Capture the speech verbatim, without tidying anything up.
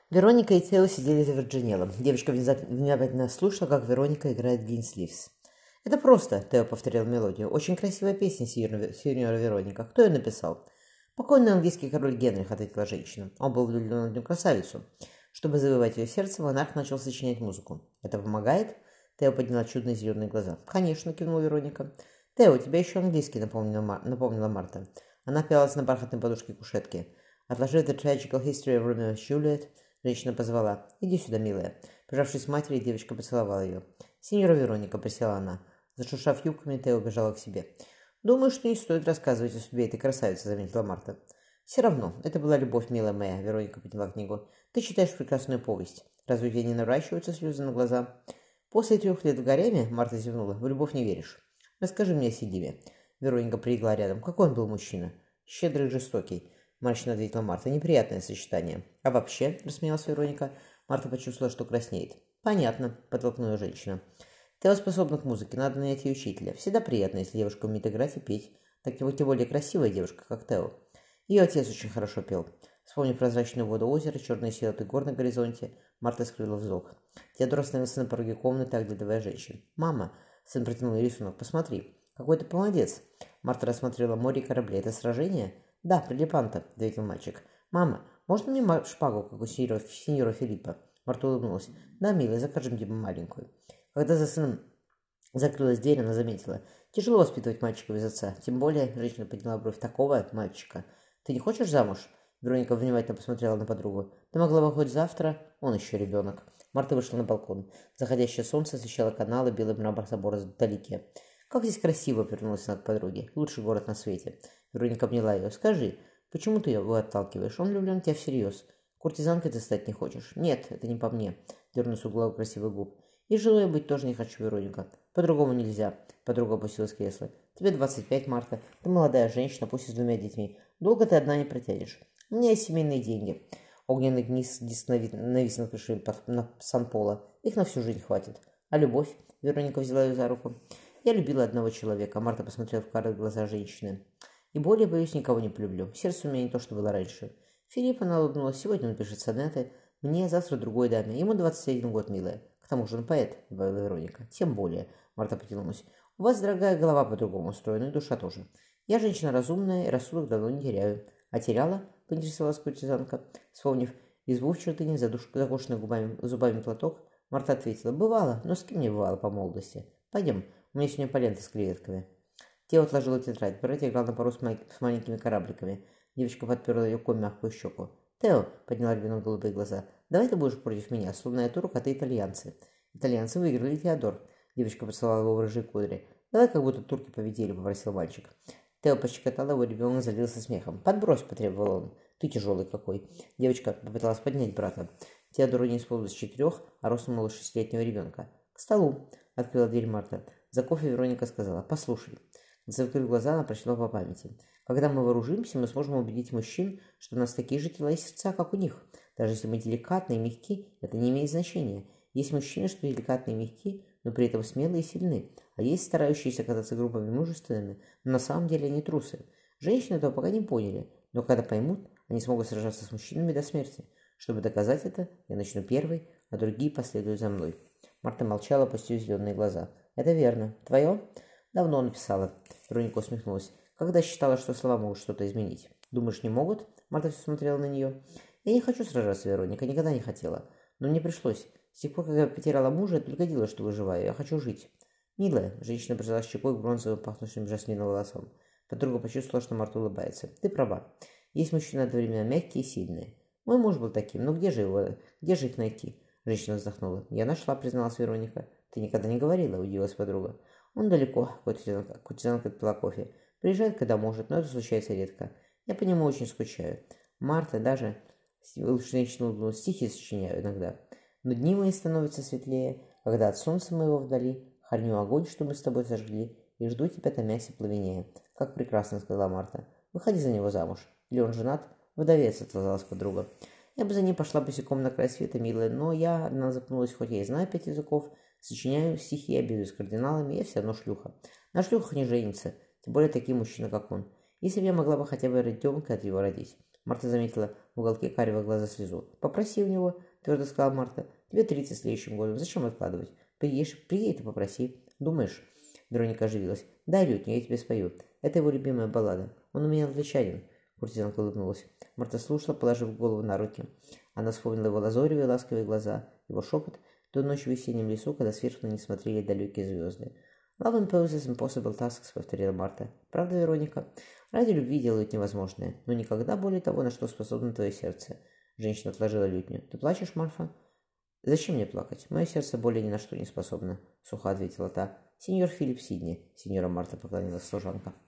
Вероника и Тео сидели за Вирджинеллом. Девочка внимательно слушала, как Вероника играет Гринсливс. «Это просто», — Тео повторил мелодию. «Очень красивая песня, сеньора Вероника. Кто ее написал?» «Покойный английский король Генрих», — ответила женщина. Он был влюблен в одну красавицу. Чтобы завоевать ее сердце, монарх начал сочинять музыку. «Это помогает?» Тео подняла чудные зеленые глаза. «Конечно», — кивнула Вероника. «Тео, у тебя еще английский», — напомнила, Мар... напомнила Марта. Она пялась на бархатной подушке кушетки. Отложив «The Tragical History of Romeo and Juliet», женщина позвала. «Иди сюда, милая». Прижавшись к матери, девочка поцеловала ее. «Сеньора Вероника», — присела она. Зашуршав юбками, Тео убежала к себе. «Думаю, что не стоит рассказывать о судьбе этой красавицы», — заметила Марта. «Все равно, это была любовь, милая моя», — Вероника подняла книгу. «Ты читаешь прекрасную повесть. Разве у тебя не наращиваются слезы на глаза?» «После трех лет в гареме», — Марта зевнула, — «в любовь не веришь. Расскажи мне о Седиве». Вероника прилегла рядом. «Какой он был мужчина?» «Щедрый и жестокий», — мрачно ответила Марта. «Неприятное сочетание». «А вообще?» — рассмеялась Вероника. Марта почувствовала, что краснеет. «Понятно», — подтолкнула женщина. «Тео способна к музыке, надо нанять ей учителя. Всегда приятно, если девушка умеет играть и петь. Так его тем более красивая девушка, как Тео. Ее отец очень хорошо пел». Вспомнив прозрачную воду озера, черные силуэты гор на горизонте, Марта скрыла вздох. Теодор остановился на пороге комнаты, оглядывая женщин. «Мама!» — сын протянул ей рисунок. «Посмотри. Какой ты молодец!» Марта рассмотрела море и корабли. «Это сражение?» «Да, прилипанта», — ответил мальчик. «Мама, можно мне шпагу, как у сеньора, сеньора Филиппа?» Марта улыбнулась. «Да, милая, закажем тебе маленькую». Когда за сыном закрылась дверь, она заметила. «Тяжело воспитывать мальчика без отца. Тем более», — женщина подняла бровь, — «такого мальчика. Ты не хочешь замуж?» Вероника внимательно посмотрела на подругу. «Ты могла бы хоть завтра? Он еще ребенок». Марта вышла на балкон. Заходящее солнце освещало каналы, белый мрамор собора вдалеке. «Как здесь красиво!» — повернулась она к подруге. «Лучший город на свете». Вероника обняла ее. «Скажи, почему ты его отталкиваешь? Он влюблен в тебя всерьез. Куртизанкой ты стать не хочешь?» «Нет, это не по мне», — дернулся уголок красивых губ. «И жилой быть тоже не хочу, Вероника. По-другому нельзя». Подруга опустилась в кресло. «Тебе двадцать пять, Марта. Ты молодая женщина, пусть и с двумя детьми. Долго ты одна не протянешь. У меня есть семейные деньги». Огненный гниз диск навис над крышей на Сан-Пола. «Их на всю жизнь хватит». «А любовь?» — Вероника взяла ее за руку. «Я любила одного человека», — Марта посмотрела в карые глаза женщины. «И более, боюсь, никого не полюблю. Сердце у меня не то, что было раньше». Филипп, она улыбнулась. «Сегодня он пишет сонеты. Мне, завтра другой даме. Ему двадцать один год, милая. К тому же он поэт», — добавила Вероника. «Тем более», — Марта потянулась. «У вас, дорогая, голова по-другому устроена, и душа тоже. Я женщина разумная, и рассудок давно не теряю». «А теряла?» — поинтересовалась куртизанка. Вспомнив избу в чертыне, закушенный губами, зубами платок, Марта ответила. «Бывало, но с кем не бывало по молодости. Пойдем, у меня сегодня полента с креветками». Тео отложила тетрадь. Братья играл на пару с, май... с маленькими корабликами. Девочка подперла ее ком мягкую щеку. «Тео», — подняла ребенок голубые глаза, — «давай ты будешь против меня, словно я турок, а ты итальянцы». «Итальянцы выиграли, Теодор». Девочка поцеловала его в рыжие кудри. «Давай как будто турки победили», — попросил мальчик. Тео пощекотал его, ребенок залился смехом. «Подбрось», — потребовал он. «Ты тяжелый какой». Девочка попыталась поднять брата. Теодору не исполнилось четырех, а ростом было шестилетнего ребенка. «К столу», — открыла дверь Марта. За кофе Вероника сказала. «Послушай». Закрыв глаза, она прочла по памяти. «Когда мы вооружимся, мы сможем убедить мужчин, что у нас такие же тела и сердца, как у них. Даже если мы деликатны и мягки, это не имеет значения. Есть мужчины, что деликатны и мягки, но при этом смелые и сильны. А есть старающиеся казаться грубыми и мужественными, но на самом деле они трусы. Женщины этого пока не поняли, но когда поймут, они смогут сражаться с мужчинами до смерти. Чтобы доказать это, я начну первой, а другие последуют за мной». Марта молчала, опустив зеленые глаза. «Это верно. Твое?» «Давно написала». Вероника усмехнулась. «Когда считала, что слова могут что-то изменить?» «Думаешь, не могут?» Марта все смотрела на нее. «Я не хочу сражаться, Вероника, никогда не хотела. Но мне пришлось. С тех пор, как я потеряла мужа, это только дело, что выживаю. Я хочу жить». «Милая», — женщина прижала щекой к бронзовым пахнущим жасмином волосам. Подруга почувствовала, что Марта улыбается. «Ты права. Есть мужчины одновременно мягкие и сильные. Мой муж был таким. Но где же его? Где же их найти?» Женщина вздохнула. «Я нашла», — призналась Вероника. «Ты никогда не говорила», — удивилась подруга. «Он далеко», — куртизанка, куртизанка отпила кофе. «Приезжает, когда может, но это случается редко. Я по нему очень скучаю. Марта даже...» Женщина улыбнулась. «Стихи сочиняю иногда. Но дни мои становятся светлее, когда от солнца моего вдали храню огонь, что мы с тобой зажгли, и жду тебя, томясь и пламенея». «Как прекрасно», — сказала Марта. «Выходи за него замуж. Или он женат?» «Вдовец», — отозвалась подруга. «Я бы за ней пошла босиком на край света, милая, но я...» Она запнулась, хоть я и знаю пять языков, сочиняю стихи, обедаю с кардиналами, я все равно шлюха. На шлюхах не женится, тем более такие мужчины, как он. Если бы я могла бы хотя бы ребенка от его родить». Марта заметила в уголке карего глаза слезу. «Попроси у него», — твердо сказала Марта. «Тебе тридцать следующим годом. Зачем откладывать? Приедешь, приедь и попроси. Думаешь?» Вероника оживилась. «Дай лютню, я тебе спою. Это его любимая баллада. Он у меня англичанин». Куртизанка улыбнулась. Марта слушала, положив голову на руки. Она вспомнила его лазоревые ласковые глаза, его шепот, ту ночь в весеннем лесу, когда сверху на них смотрели далекие звезды. «Love imposes impossible tasks», — повторила Марта. «Правда, Вероника? Ради любви делают невозможное, но никогда более того, на что способно твое сердце». Женщина отложила лютню. «Ты плачешь, Марфа?» «Зачем мне плакать? Мое сердце более ни на что не способно», — сухо ответила та. «Сеньор Филипп Сидни», — сеньора Марта поклонилась служанка.